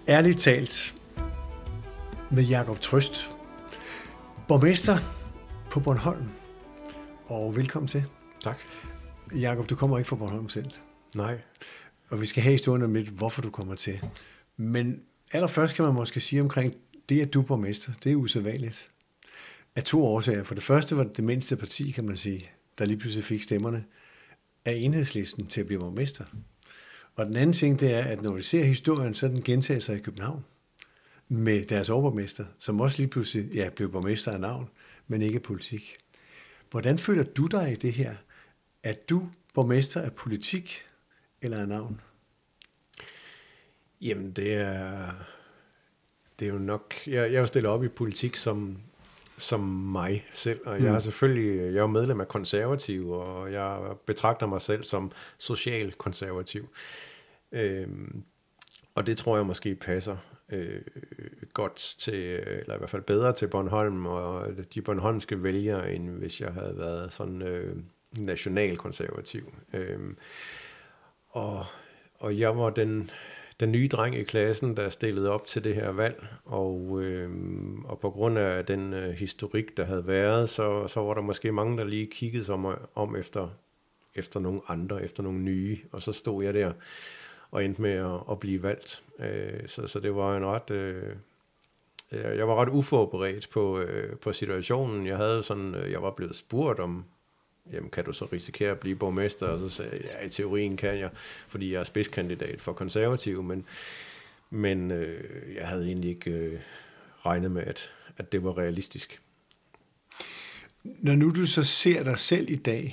Ærligt talt med Jakob Trøst, borgmester på Bornholm. Og velkommen til. Tak. Jakob, du kommer ikke fra Bornholm selv. Nej. Og vi skal have historien om lidt, hvorfor du kommer til. Men allerførst kan man måske sige omkring det, at du er borgmester. Det er usædvanligt. Af to årsager. For det første var det mindste parti, kan man sige, der lige pludselig fik stemmerne af Enhedslisten til at blive borgmester. Og den anden ting, det er, at når vi ser historien, så den gentager sig i København med deres overborgmester, som også lige pludselig blev borgmester af navn, men ikke politik. Hvordan føler du dig i det her? Er du borgmester af politik eller af navn? Jamen, det er jo nok... Jeg er jo stillet op i politik som mig selv, og jeg er medlem af konservativ, og jeg betragter mig selv som social-konservativ. Og det tror jeg måske passer godt til, eller i hvert fald bedre til Bornholm og de bornholmske vælgere, end hvis jeg havde været sådan nationalkonservativ. Og jeg var den nye dreng i klassen, der stillede op til det her valg, og på grund af den historik, der havde været, så var der måske mange, der lige kiggede sig om efter nogle andre, efter nogle nye, og så stod jeg der og endte med at blive valgt. Så det var en ret... Jeg var ret uforberedt på situationen. Jeg var blevet spurgt om, jamen, kan du så risikere at blive borgmester? Og så sagde jeg, ja, i teorien kan jeg, fordi jeg er spidskandidat for konservative, men jeg havde egentlig ikke regnet med, at det var realistisk. Når nu du så ser dig selv i dag,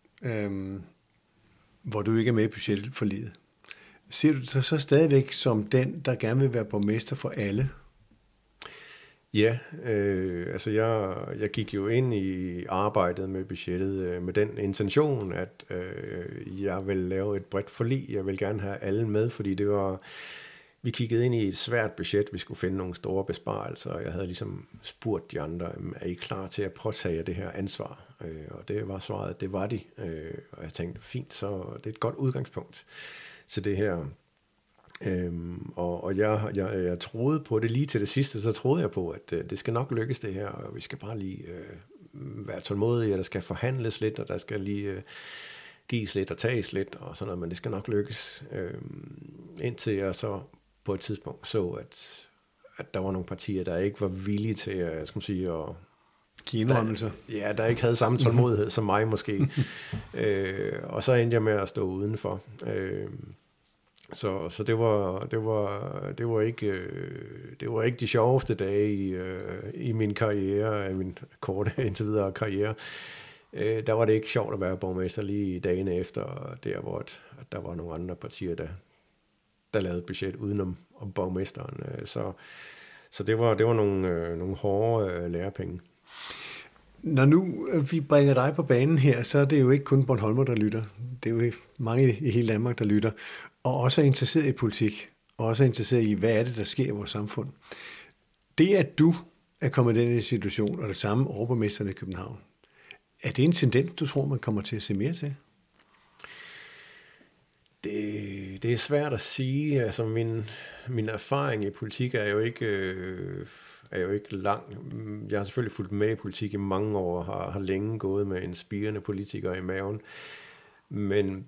hvor du ikke er med i budgetforliget, ser du dig så stadigvæk som den, der gerne vil være borgmester for alle? Ja, altså jeg gik jo ind i arbejdet med budgettet med den intention, at jeg vil lave et bredt forlig. Jeg vil gerne have alle med, fordi vi kiggede ind i et svært budget. Vi skulle finde nogle store besparelser, og jeg havde ligesom spurgt de andre, er I klar til at påtage det her ansvar? Og det var svaret, det var de. Og jeg tænkte, fint, så det er et godt udgangspunkt til det her. Og jeg troede på det lige til det sidste, så troede jeg på, at det skal nok lykkes det her, og vi skal bare lige være tålmodige, og der skal forhandles lidt, og der skal lige gives lidt og tages lidt, og sådan noget, men det skal nok lykkes, indtil jeg så på et tidspunkt så, at der var nogle partier, der ikke var villige til at give indrømmelser. Der ikke havde samme tålmodighed som mig måske. Og så endte jeg med at stå udenfor. Så det var ikke de sjoveste dage i min karriere, min korte indtil videre karriere. Der var det ikke sjovt at være borgmester lige dagene efter, der hvor der var nogle andre partier, der lavede budget udenom om borgmesteren. Så det var nogle hårde lærepenge. Når nu vi bringer dig på banen her, så er det jo ikke kun Bornholmer, der lytter. Det er jo mange i hele Danmark, der lytter. Og også er interesseret i politik. Og også er interesseret i, hvad er det, der sker i vores samfund. Det, at du er kommet i den situation, og det samme overborgmesteren i København, er det en tendens, du tror, man kommer til at se mere til? Det er svært at sige. Altså min erfaring i politik er jo ikke lang. Jeg har selvfølgelig fulgt med i politik i mange år, og har længe gået med en spirende politiker i maven. Men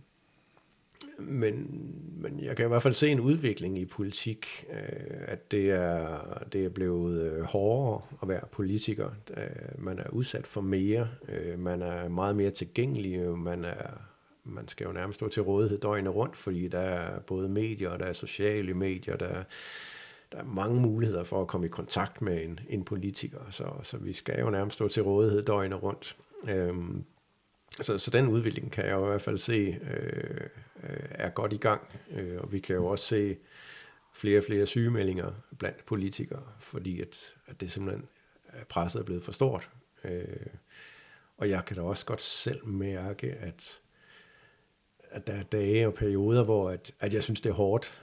jeg kan i hvert fald se en udvikling i politik, at det er blevet hårdere at være politiker. Man er udsat for mere, man er meget mere tilgængelig, man skal jo nærmest stå til rådighed døgnet rundt, fordi der er både medier, og der er sociale medier, der er mange muligheder for at komme i kontakt med en politiker, så vi skal jo nærmest stå til rådighed døgnet rundt. Så den udvikling kan jeg jo i hvert fald se er godt i gang, og vi kan jo også se flere og flere sygemeldinger blandt politikere, fordi at det simpelthen presset er blevet for stort. Og jeg kan da også godt selv mærke, at der er dage og perioder, hvor at jeg synes, det er hårdt.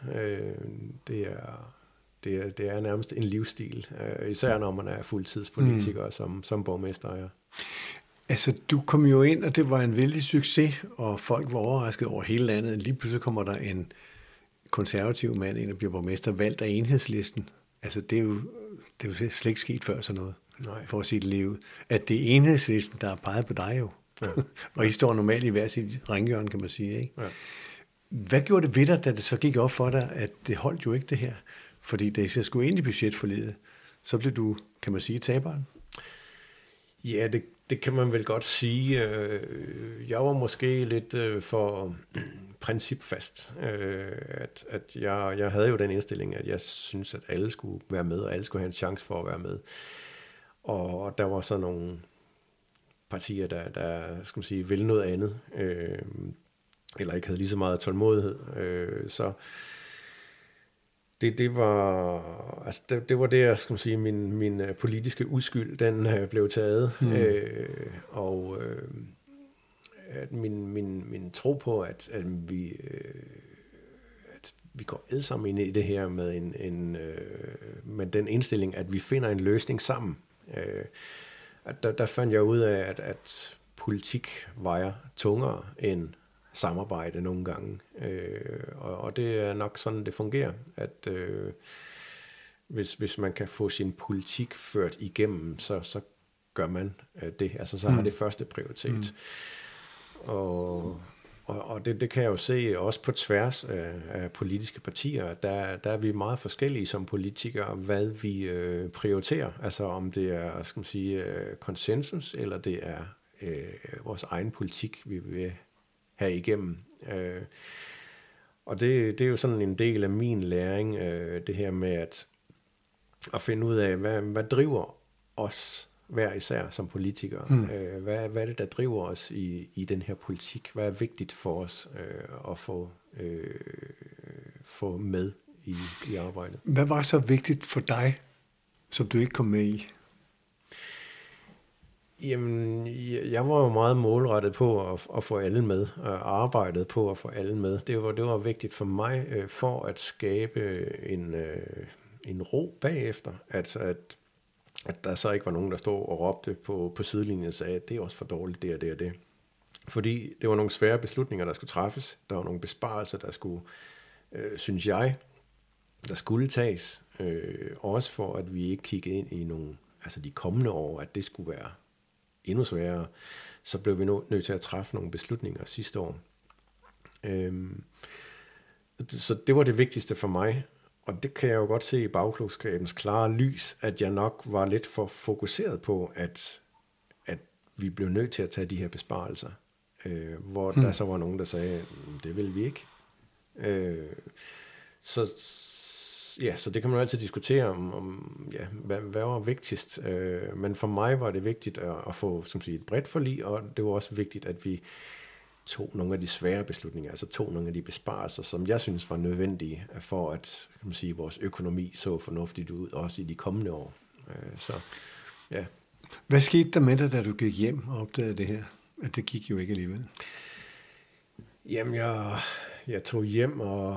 Det er nærmest en livsstil, især når man er fuldtidspolitiker, som borgmester er. Altså, du kom jo ind, og det var en vældig succes, og folk var overrasket over hele landet. Lige pludselig kommer der en konservativ mand ind og bliver borgmester, valgt af Enhedslisten. Altså, det er jo slet ikke sket før sådan noget, for at sige det livet. At det er Enhedslisten, der har peget på dig jo. Ja. Og I står normalt i hver sit ringhjørne, kan man sige, ikke? Ja. Hvad gjorde det ved dig, da det så gik op for dig, at det holdt jo ikke det her? Fordi da I så skulle ind i budgetforliget, så blev du, kan man sige, taberen? Ja, det kan man vel godt sige. Jeg var måske lidt for principfast. At jeg havde jo den indstilling, at jeg synes, at alle skulle være med, og alle skulle have en chance for at være med. Og der var så nogle partier, der skulle sige, ville noget andet, eller ikke havde lige så meget tålmodighed. Så det var det, jeg skal sige, min politiske uskyld, den blev taget. Og at min tro på, at vi går alle sammen ind i det her med den indstilling, at vi finder en løsning sammen. Der fandt jeg ud af, at politik vejer tungere end samarbejde nogle gange. Og det er nok sådan, det fungerer, at hvis man kan få sin politik ført igennem, så gør man det. Altså så har det første prioritet. Og det kan jeg jo se også på tværs af politiske partier. Der er vi meget forskellige som politikere, hvad vi prioriterer. Altså om det er, skal man sige, konsensus, eller det er vores egen politik, vi vil have igennem. Og det er jo sådan en del af min læring, det her med at finde ud af, hvad driver os hver især som politikere. Hvad er det, der driver os i den her politik? Hvad er vigtigt for os at få med i arbejdet? Hvad var så vigtigt for dig, som du ikke kom med i? Jamen, jeg var jo meget målrettet på at få alle med, og arbejdet på at få alle med. Det var vigtigt for mig, for at skabe en ro bagefter, at der så ikke var nogen, der stod og råbte på sidelinjen og sagde, at det er også for dårligt, det og det og det. Fordi det var nogle svære beslutninger, der skulle træffes. Der var nogle besparelser, der skulle, synes jeg, der skulle tages. Også for, at vi ikke kiggede ind i nogle, altså de kommende år, at det skulle være endnu sværere. Så blev vi nødt til at træffe nogle beslutninger sidste år. Så det var det vigtigste for mig. Og det kan jeg jo godt se i bagklogskabens klare lys, at jeg nok var lidt for fokuseret på, at vi blev nødt til at tage de her besparelser. Hvor der så var nogen, der sagde, det vil vi ikke. Så det kan man jo altid diskutere om hvad var vigtigst. Men for mig var det vigtigt at få som sige, et bredt forlig, og det var også vigtigt, at vi tog nogle af de svære beslutninger, altså tog nogle af de besparelser, som jeg synes var nødvendige for at kan man sige, vores økonomi så fornuftigt ud, også i de kommende år. Ja. Hvad skete der med dig, da du gik hjem og opdagede det her? At det gik jo ikke alligevel. Jamen, jeg tog hjem, og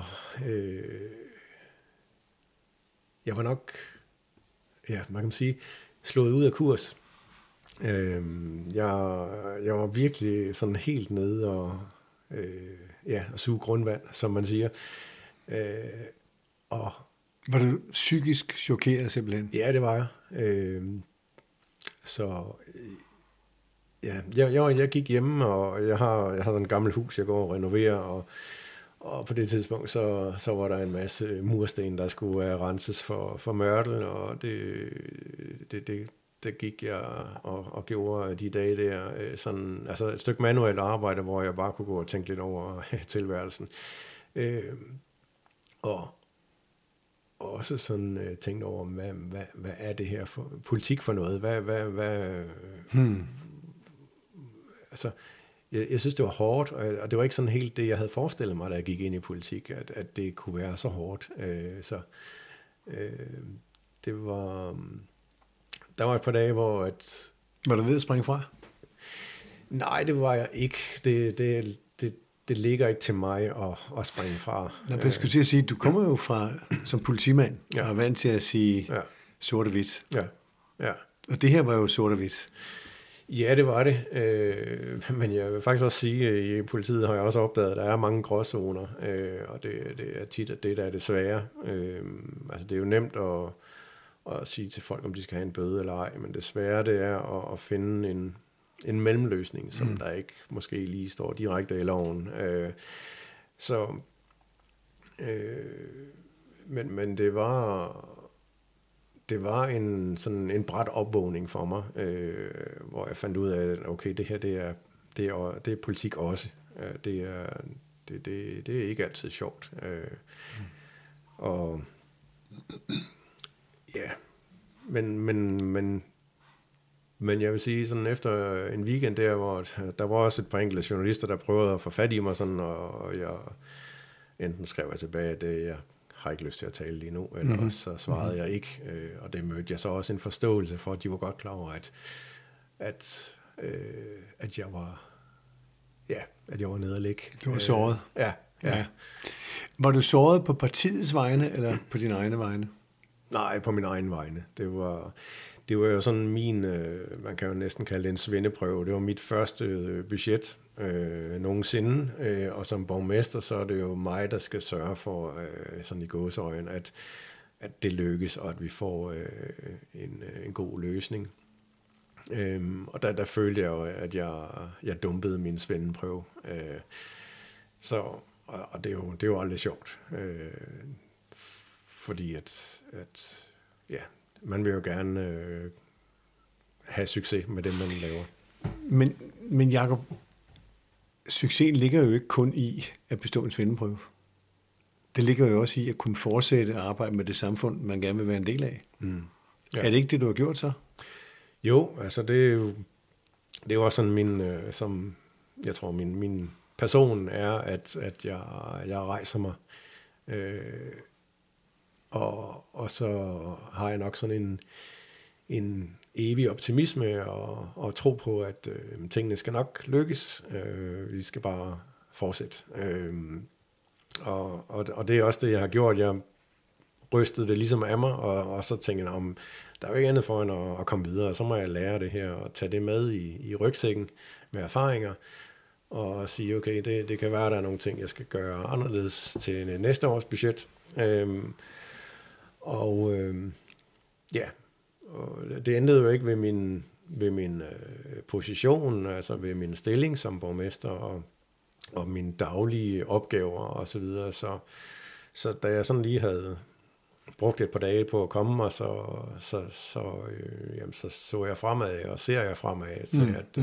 jeg var nok, man kan sige, slået ud af kurs. Jeg var virkelig sådan helt nede og suge grundvand, som man siger. Og var du psykisk chokeret simpelthen? Ja, det var jeg. Jeg gik hjemme, og jeg har sådan en gammel hus, jeg går og renoverer, og på det tidspunkt, så var der en masse mursten, der skulle renses for mørtel, og det gik jeg og gjorde de dage der, sådan, altså et stykke manuelt arbejde, hvor jeg bare kunne gå og tænke lidt over tilværelsen. Og også sådan tænkte over, hvad er det her for politik for noget? Altså, jeg synes, det var hårdt, og det var ikke sådan helt det, jeg havde forestillet mig, da jeg gik ind i politik, at det kunne være så hårdt. Det var... Der var et par dage, hvor... Var du ved at springe fra? Nej, det var jeg ikke. Det ligger ikke til mig at springe fra. Jeg skulle til at sige, du kommer jo fra som politimand, og er vant til at sige sort og hvidt. Ja. Og det her var jo sort og hvidt. Ja, det var det. Men jeg vil faktisk også sige, at i politiet har jeg også opdaget, at der er mange gråzoner, og det er tit, at det der er det svære. Altså, det er jo nemt at sige til folk, om de skal have en bøde eller ej, men det svære, det er at finde en mellemløsning, som der ikke måske lige står direkte i loven. Men det var en brat opvågning for mig, hvor jeg fandt ud af, at okay, det her, det er politik også. Det er ikke altid sjovt. Og ja, men jeg vil sige, sådan efter en weekend der, hvor der var også et par enkelte journalister, der prøvede at få fat i mig, sådan, og jeg enten skrev jeg tilbage, at jeg har ikke lyst til at tale lige nu, eller også så svarede jeg ikke, og det mødte jeg så også en forståelse for, at de var godt klar over, at jeg var, at jeg var nede og ligge. Du var såret? Ja. Var du såret på partiets vegne, eller på dine egne vegne? Nej, på min egen vegne. Det var jo sådan min, man kan jo næsten kalde det en svendeprøve. Det var mit første budget nogensinde, og som borgmester, så er det jo mig, der skal sørge for, sådan i gåseøjne, at det lykkes, og at vi får en god løsning. Og der følte jeg jo, at jeg dumpede min svendeprøve. Og det er jo aldrig sjovt. Fordi at man vil jo gerne have succes med det, man laver. Men Jacob, succesen ligger jo ikke kun i at bestå en svendeprøve. Det ligger jo også i at kunne fortsætte at arbejde med det samfund, man gerne vil være en del af. Ja. Er det ikke det, du har gjort så? Jo, altså det er jo også sådan jeg tror min person er, at jeg rejser mig, og så har jeg nok sådan en evig optimisme og tro på, at tingene skal nok lykkes. Vi skal bare fortsætte. Og det er også det, jeg har gjort. Jeg rystede det ligesom af mig, og så tænkte jeg, om der er jo ikke andet for end at komme videre, så må jeg lære det her og tage det med i rygsækken med erfaringer, og sige, okay, det kan være, at der er nogle ting, jeg skal gøre anderledes til næste års budget. Og det endte jo ikke ved min position, altså ved min stilling som borgmester og mine daglige opgaver og så videre. Så da jeg sådan lige havde brugt et par dage på at komme, og så jeg fremad, og ser jeg fremad til, at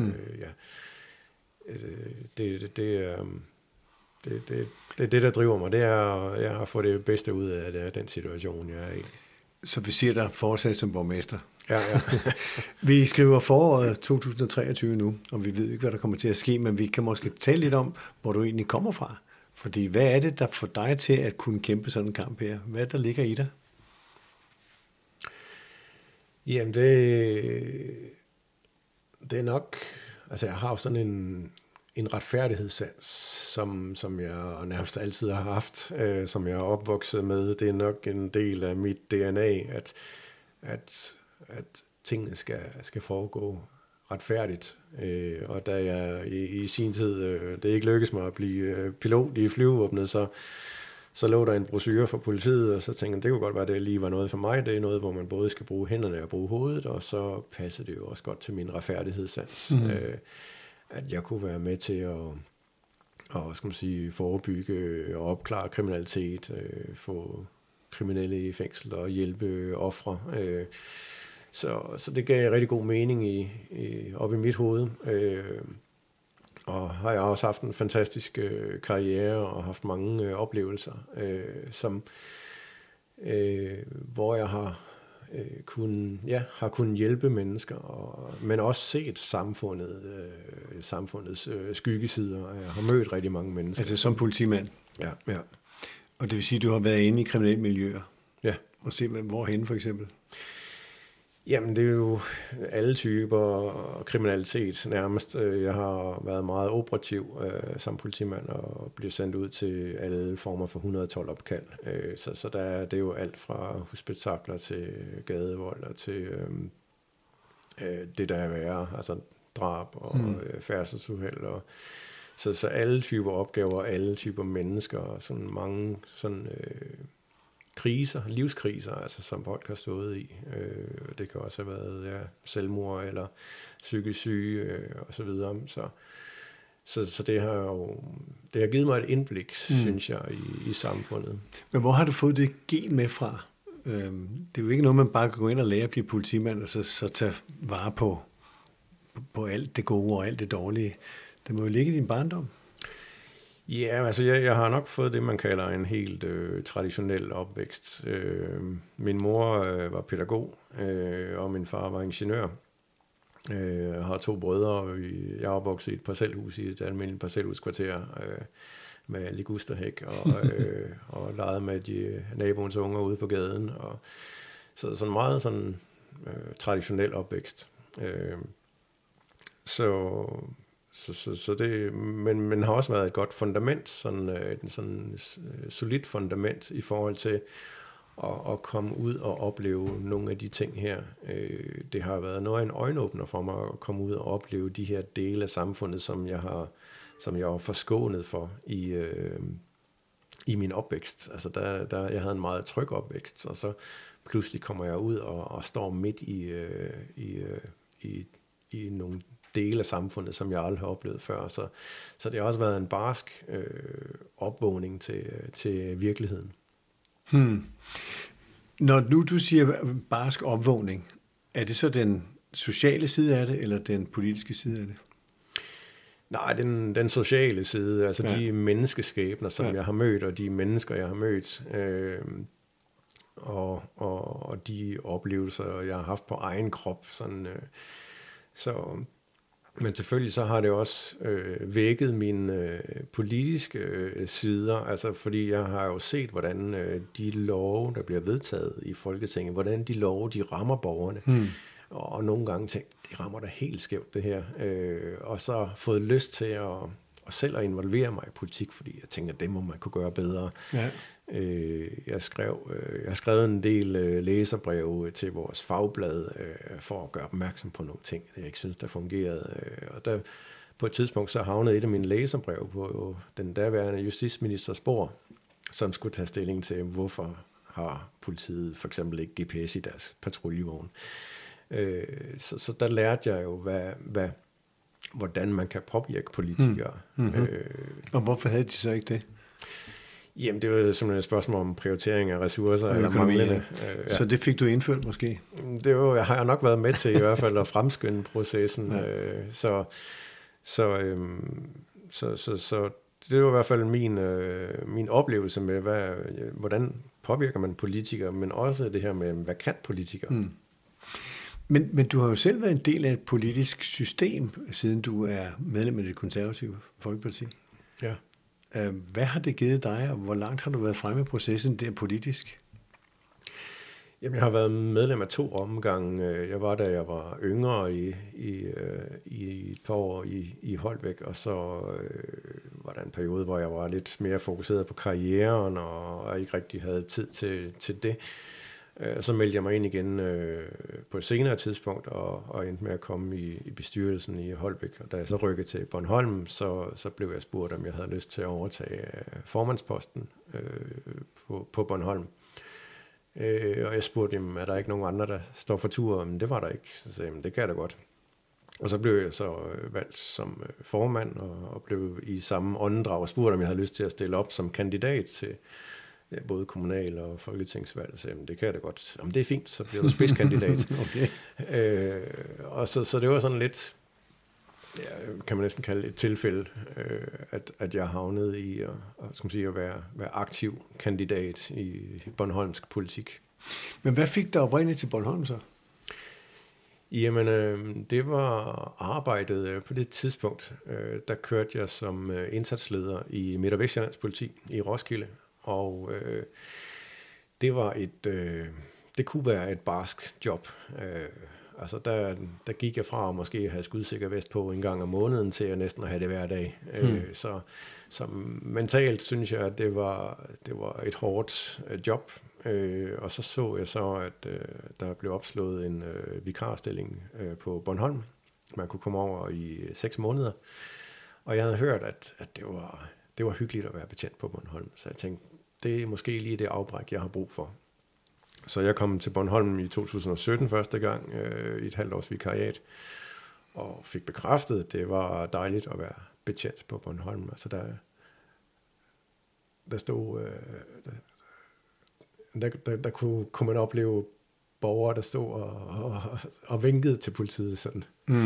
det er det, der driver mig. Det er at få det bedste ud af den situation, jeg er i. Så vi siger dig fortsat som borgmester. Ja. Vi skriver foråret 2023 nu, og vi ved ikke, hvad der kommer til at ske, men vi kan måske tale lidt om, hvor du egentlig kommer fra. Fordi hvad er det, der får dig til at kunne kæmpe sådan en kamp her? Hvad er det, der ligger i dig? Jamen, det er nok... Altså, jeg har jo sådan en retfærdighedssans, som jeg nærmest altid har haft, som jeg er opvokset med. Det er nok en del af mit DNA, at tingene skal foregå retfærdigt. Og da jeg i sin tid, det ikke lykkedes mig at blive pilot i flyvevåbnet, så lå der en brochure fra politiet, og så tænkte jeg, det kunne godt være, at det lige var noget for mig. Det er noget, hvor man både skal bruge hænderne og bruge hovedet, og så passer det jo også godt til min retfærdighedssans. At jeg kunne være med til at skal man sige, forebygge og opklare kriminalitet, få kriminelle i fængsel og hjælpe ofre. Så det gav rigtig god mening op i mit hoved. Og har jeg også haft en fantastisk karriere og haft mange oplevelser, hvor jeg har kunnet hjælpe mennesker, men også set samfundets skyggesider. Jeg har mødt rigtig mange mennesker. Altså som politimand? Ja. Og det vil sige, at du har været inde i kriminelle miljøer? Ja. Og se, hvorhenne for eksempel? Jamen, det er jo alle typer kriminalitet nærmest. Jeg har været meget operativ som politimand og bliver sendt ud til alle former for 112 opkald. Så det er jo alt fra hospitakler til gadevold og til det, der er værre. Altså drab og færdselsuheld. Og, så alle typer opgaver, alle typer mennesker, og sådan mange sådan, kriser, livskriser, altså, som folk har stået i. Det kan også have været selvmord eller psykisk syge og så videre. Så det har givet mig et indblik, synes jeg, i samfundet. Men hvor har du fået det gen med fra? Det er jo ikke noget, man bare kan gå ind og lære at blive politimand, og så tage vare på alt det gode og alt det dårlige. Det må jo ligge i din barndom. Ja, altså jeg har nok fået det, man kalder en helt traditionel opvækst. Min mor var pædagog, og min far var ingeniør. Jeg har 2 brødre, og jeg er opvokset i et parcelhus i et almindeligt parcelhuskvarter med ligusterhæk, og legede med de naboens unger ude på gaden. Og, så sådan meget sådan traditionel opvækst. Så det, men har også været et godt fundament, sådan solidt fundament i forhold til at komme ud og opleve nogle af de ting her. Det har været noget af en øjenåbner for mig at komme ud og opleve de her dele af samfundet, som jeg var forskånet for i min opvækst. Altså jeg havde en meget tryg opvækst, og så pludselig kommer jeg ud og står midt i nogle dele af samfundet, som jeg aldrig har oplevet før. Så det har også været en barsk opvågning til virkeligheden. Når nu du siger barsk opvågning, er det så den sociale side af det, eller den politiske side af det? Nej, den sociale side, altså de menneskeskæbner, som jeg har mødt, og de mennesker, jeg har mødt, og de oplevelser, jeg har haft på egen krop. Sådan, men selvfølgelig så har det også vækket mine politiske sider, altså fordi jeg har jo set, hvordan de love, der bliver vedtaget i Folketinget, hvordan de love, de rammer borgerne. Og nogle gange tænkt, det rammer da helt skævt det her. Og så fået lyst til at selv at involvere mig i politik, fordi jeg tænker, det må man kunne gøre bedre. Ja. Jeg har skrevet en del læserbreve til vores fagblad for at gøre opmærksom på nogle ting, jeg ikke synes, der fungerede. Og der, på et tidspunkt så havnede et af mine læserbrev på den daværende justitsministers spor, som skulle tage stilling til, hvorfor har politiet for eksempel ikke GPS i deres patruljevogn. Så der lærte jeg jo, hvordan man kan påvirke politikere. Og hvorfor havde de så ikke det? Jamen, det var simpelthen et spørgsmål om prioritering af ressourcer eller manglende. Ja. Så det fik du indført måske? Jeg har nok været med til i hvert fald at fremskynde processen. Ja. Så det var i hvert fald min oplevelse med, hvordan påvirker man politikere, men også det her med, hvad kan politikere? Men du har jo selv været en del af et politisk system, siden du er medlem af Det Konservative Folkeparti. Ja. Hvad har det givet dig, og hvor langt har du været fremme i processen der politisk? Jamen, jeg har været medlem af 2 omgange. Jeg var, da jeg var yngre i et par år i Holbæk, og så var der en periode, hvor jeg var lidt mere fokuseret på karrieren, og ikke rigtig havde tid til det. Så meldte jeg mig ind igen på et senere tidspunkt, og endte med at komme i bestyrelsen i Holbæk. Og da jeg så rykkede til Bornholm, så blev jeg spurgt, om jeg havde lyst til at overtage formandsposten på Bornholm. Og jeg spurgte dem, er der ikke nogen andre, der står for tur? Men det var der ikke. Så sagde jeg, det kan jeg da godt. Og så blev jeg så valgt som formand, og blev i samme åndedrag og spurgt, om jeg havde lyst til at stille op som kandidat til både kommunal- og folketingsvalg. Så jamen, det kan jeg da godt. Jamen, det er fint, så bliver du spidskandidat. Okay. Og så det var sådan lidt, kan man næsten kalde et tilfælde, at jeg havnede i at være aktiv kandidat i bornholmsk politik. Men hvad fik dig oprindeligt til Bornholm så? Jamen, det var arbejdet på det tidspunkt. Der kørte jeg som indsatsleder i Midt- og Vestjyllands politi i Roskilde. Og det var det kunne være et barsk job. Altså der gik jeg fra at måske have skudsikker vest på en gang om måneden til at næsten have det hver dag. Så mentalt synes jeg, at det var et hårdt job. Og så jeg så, at der blev opslået en vikarstilling på Bornholm man kunne komme over i 6 måneder. Og jeg havde hørt, at det var hyggeligt at være betjent på Bornholm. Så jeg tænkte, det er måske lige det afbræk, jeg har brug for. Så jeg kom til Bornholm i 2017 første gang, i et halvt års vikariat, og fik bekræftet, at det var dejligt at være betjent på Bornholm. Altså der stod, der kunne man opleve borgere, der stod og vinkede til politiet sådan.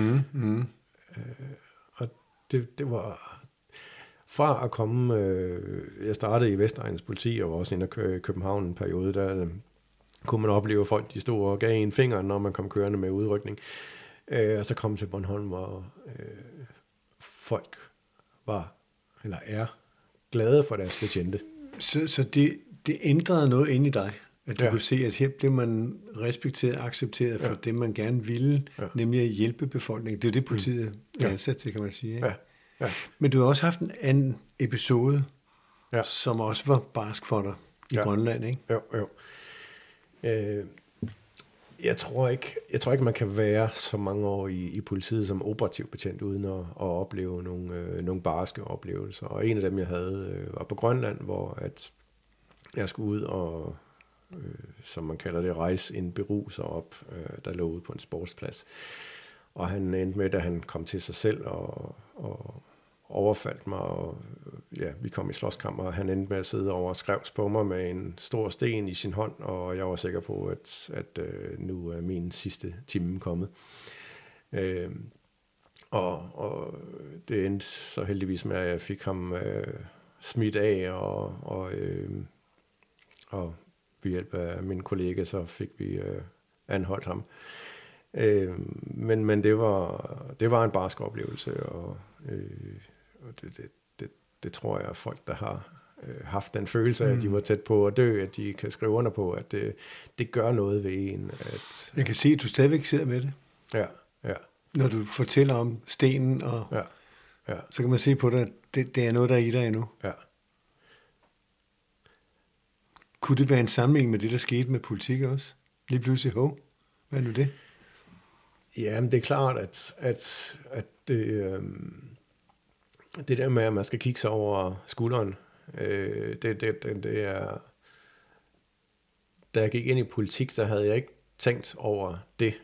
Og det var fra at komme, jeg startede i Vestegnens politi, og var også inde i København en periode, der kunne man opleve, at folk de stod og gav en finger, når man kom kørende med udrykning. Og så kom til Bornholm, hvor folk var, eller er, glade for deres betjente. Så det ændrede noget ind i dig, at du kunne se, at her blev man respekteret og accepteret for det, man gerne ville, nemlig at hjælpe befolkningen. Det er jo det, politiet er ansat til, kan man sige. Ikke? Ja. Men du har også haft en anden episode, som også var barsk for dig i Grønland, ikke? Jo. Jeg tror ikke, man kan være så mange år i politiet som operativ betjent, uden at opleve nogle barske oplevelser. Og en af dem, jeg havde, var på Grønland, hvor at jeg skulle ud og, som man kalder det, rejse en beruser op, der lå ude på en sportsplads. Og han endte med, da han kom til sig selv og overfaldt mig, og vi kom i slåskamp, og han endte med at sidde over og skrevs på mig med en stor sten i sin hånd, og jeg var sikker på, at nu er min sidste time kommet. Og det endte så heldigvis med, at jeg fik ham smidt af, og ved hjælp af min kollega, så fik vi anholdt ham. Men det var en barsk oplevelse, og det tror jeg, at folk, der har haft den følelse af, at de var tæt på at dø, at de kan skrive under på, at det gør noget ved en. Jeg kan se, at du stadigvæk sidder med det. Ja. Når du fortæller om stenen, og så kan man se på dig, at det er noget, der er i dig endnu. Ja. Kunne det være en sammenhæng med det, der skete med politik også? Lige pludselig, hvad er nu det? Ja, men det er klart, at det der med, at man skal kigge sig over skulderen, det er... Da jeg gik ind i politik, så havde jeg ikke tænkt over det,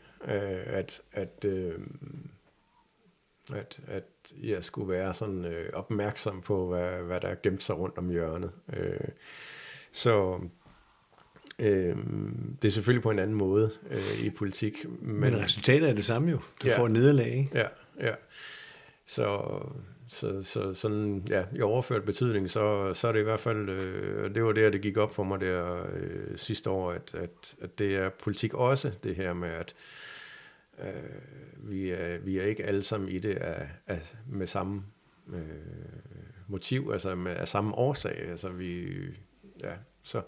at jeg skulle være sådan opmærksom på, hvad der gemte sig rundt om hjørnet. Så det er selvfølgelig på en anden måde i politik. Men resultatet er det samme jo. Du får et nederlag, ikke? Ja. Så sådan, i overført betydning, så er det i hvert fald, det var det gik op for mig der sidste år, at det er politik også, det her med, at vi er ikke alle sammen i det med samme motiv, altså af samme årsag, altså så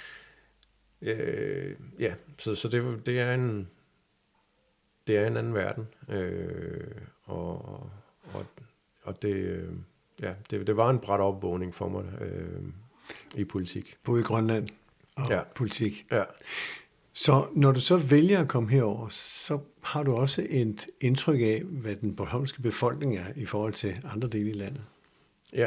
det er en anden verden, og det var en brat opvågning for mig i politik. Både i Grønland og politik. Ja. Så når du så vælger at komme herover, så har du også et indtryk af, hvad den bornholmske befolkning er i forhold til andre dele i landet. Ja.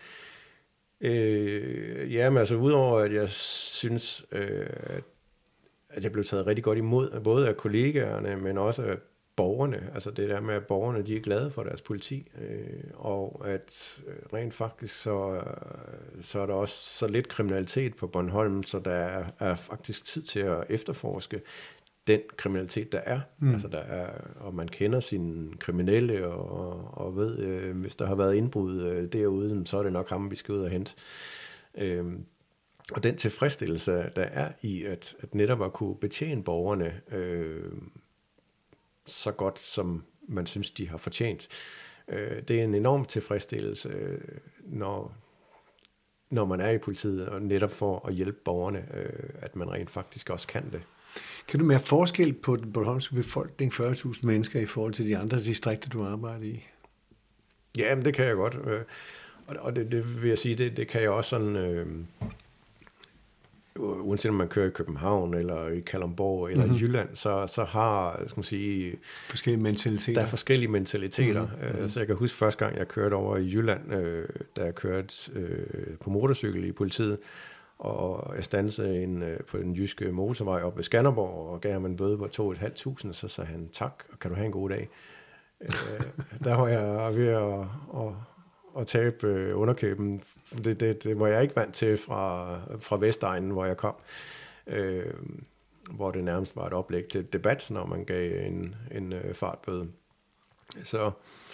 Men altså udover at jeg synes, at jeg blev taget rigtig godt imod, både af kollegaerne, men også af borgerne. Altså det der med, at borgerne de er glade for deres politi, og at rent faktisk så er der også så lidt kriminalitet på Bornholm, så der er faktisk tid til at efterforske den kriminalitet, der er. Altså der er, og man kender sine kriminelle, og ved, hvis der har været indbrud derude, så er det nok ham, vi skal ud og hente. Og den tilfredsstillelse, der er i at netop at kunne betjene borgerne så godt, som man synes, de har fortjent. Det er en enorm tilfredsstillelse, når man er i politiet, og netop for at hjælpe borgerne, at man rent faktisk også kan det. Kan du mere forskel på den bornholmske befolkning, 40.000 mennesker, i forhold til de andre distrikter, du arbejder i? Ja, men det kan jeg godt. Og det vil jeg sige, det kan jeg også sådan... uanset om man kører i København, eller i Kalundborg, eller i Jylland, så har, skal man sige... forskellige mentaliteter. Der er forskellige mentaliteter. Så jeg kan huske første gang, jeg kørte over i Jylland, da jeg kørte på motorcykel i politiet, og jeg standsede på den jyske motorvej op ved Skanderborg, og gav ham en bøde på 2.500, så sagde han, tak, og kan du have en god dag. Der var jeg ved at tabe underkøben. Det var jeg ikke vant til fra Vestegnen, hvor jeg kom, hvor det nærmest var et oplæg til debat, når man gav en fartbøde. Så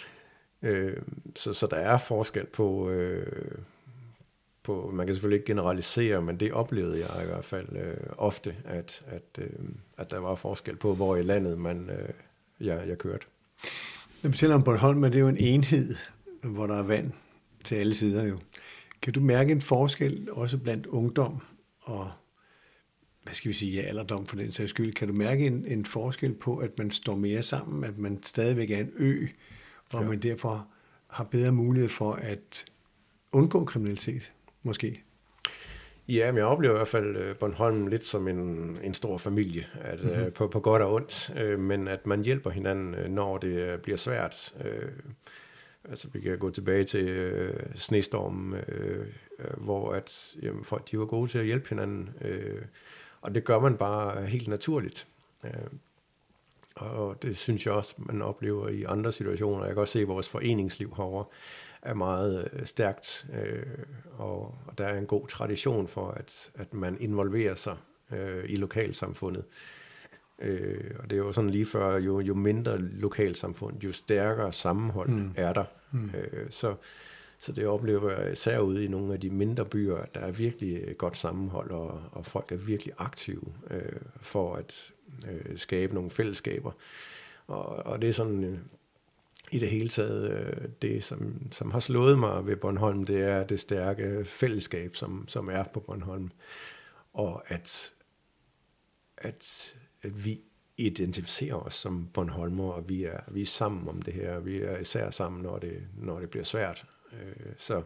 der er forskel på, man kan selvfølgelig ikke generalisere, men det oplevede jeg i hvert fald ofte, at der var forskel på, hvor i landet jeg kørte. Når vi taler om Bornholm, er det jo en enhed, hvor der er vand til alle sider jo. Kan du mærke en forskel også blandt ungdom og, hvad skal vi sige, alderdom for den sags skyld? Kan du mærke en forskel på, at man står mere sammen, at man stadigvæk er en ø, og man derfor har bedre mulighed for at undgå kriminalitet, måske? Ja, men jeg oplever i hvert fald Bornholm lidt som en stor familie, at, på godt og ondt, men at man hjælper hinanden, når det bliver svært. Altså vi kan gå tilbage til snestormen, hvor folk de var gode til at hjælpe hinanden, og det gør man bare helt naturligt. Og det synes jeg også, man oplever i andre situationer. Jeg kan også se, at vores foreningsliv herovre er meget stærkt, og der er en god tradition for, at man involverer sig i lokalsamfundet. Og det er jo sådan lige før, jo mindre lokalsamfund, jo stærkere sammenhold er der. Så det oplever jeg især ude i nogle af de mindre byer, at der er virkelig godt sammenhold, og folk er virkelig aktive for at skabe nogle fællesskaber. Og det er sådan i det hele taget, det som har slået mig ved Bornholm, det er det stærke fællesskab, som er på Bornholm. Og at vi identificerer os som Bornholmer, og vi er sammen om det her. Vi er især sammen, når det bliver svært. Så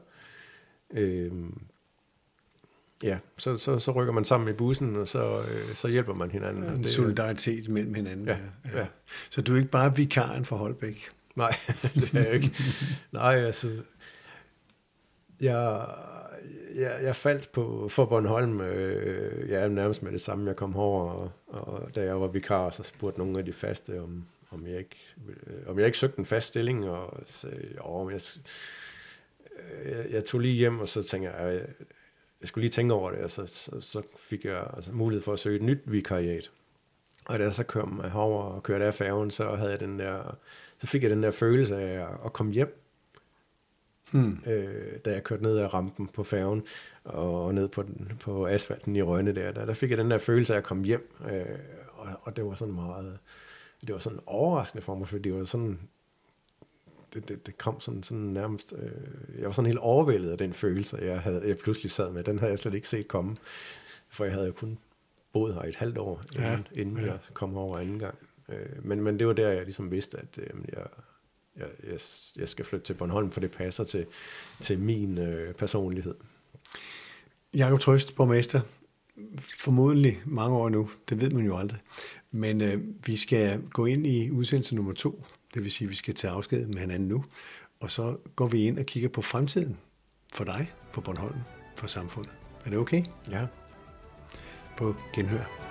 rykker man sammen i bussen, og så hjælper man hinanden. En solidaritet mellem hinanden. Ja. Så du er ikke bare vikaren for Holbæk? Nej, det er jeg ikke. Nej, altså, jeg faldt for Bornholm, nærmest med det samme. Jeg kom over, og da jeg var vikar, så spurgte nogle af de faste, om jeg ikke søgte en fast stilling, og så, jeg tog lige hjem, og så tænkte jeg skulle lige tænke over det, og så fik jeg mulighed for at søge et nyt vikariat. Og da jeg så kom herover og kørte af færgen, så fik jeg den der følelse af at komme hjem. Da jeg kørte ned ad rampen på færgen og ned på asfalten i Rønne der fik jeg den der følelse af at komme hjem, og det var sådan meget, det var sådan overraskende for mig, for det var sådan, det kom sådan nærmest, jeg var sådan helt overvældet af den følelse, jeg pludselig sad med. Den havde jeg slet ikke set komme, for jeg havde jo kun boet her et halvt år, inden jeg kom over anden gang. Men det var der, jeg ligesom vidste, at jeg skal flytte til Bornholm, for det passer til min personlighed. Jakob Trøst, borgmester, formodentlig mange år nu, det ved man jo aldrig, men vi skal gå ind i udsendelse nummer 2, det vil sige, at vi skal tage afsked med hinanden nu, og så går vi ind og kigger på fremtiden for dig, for Bornholm, for samfundet. Er det okay? Ja. På genhør.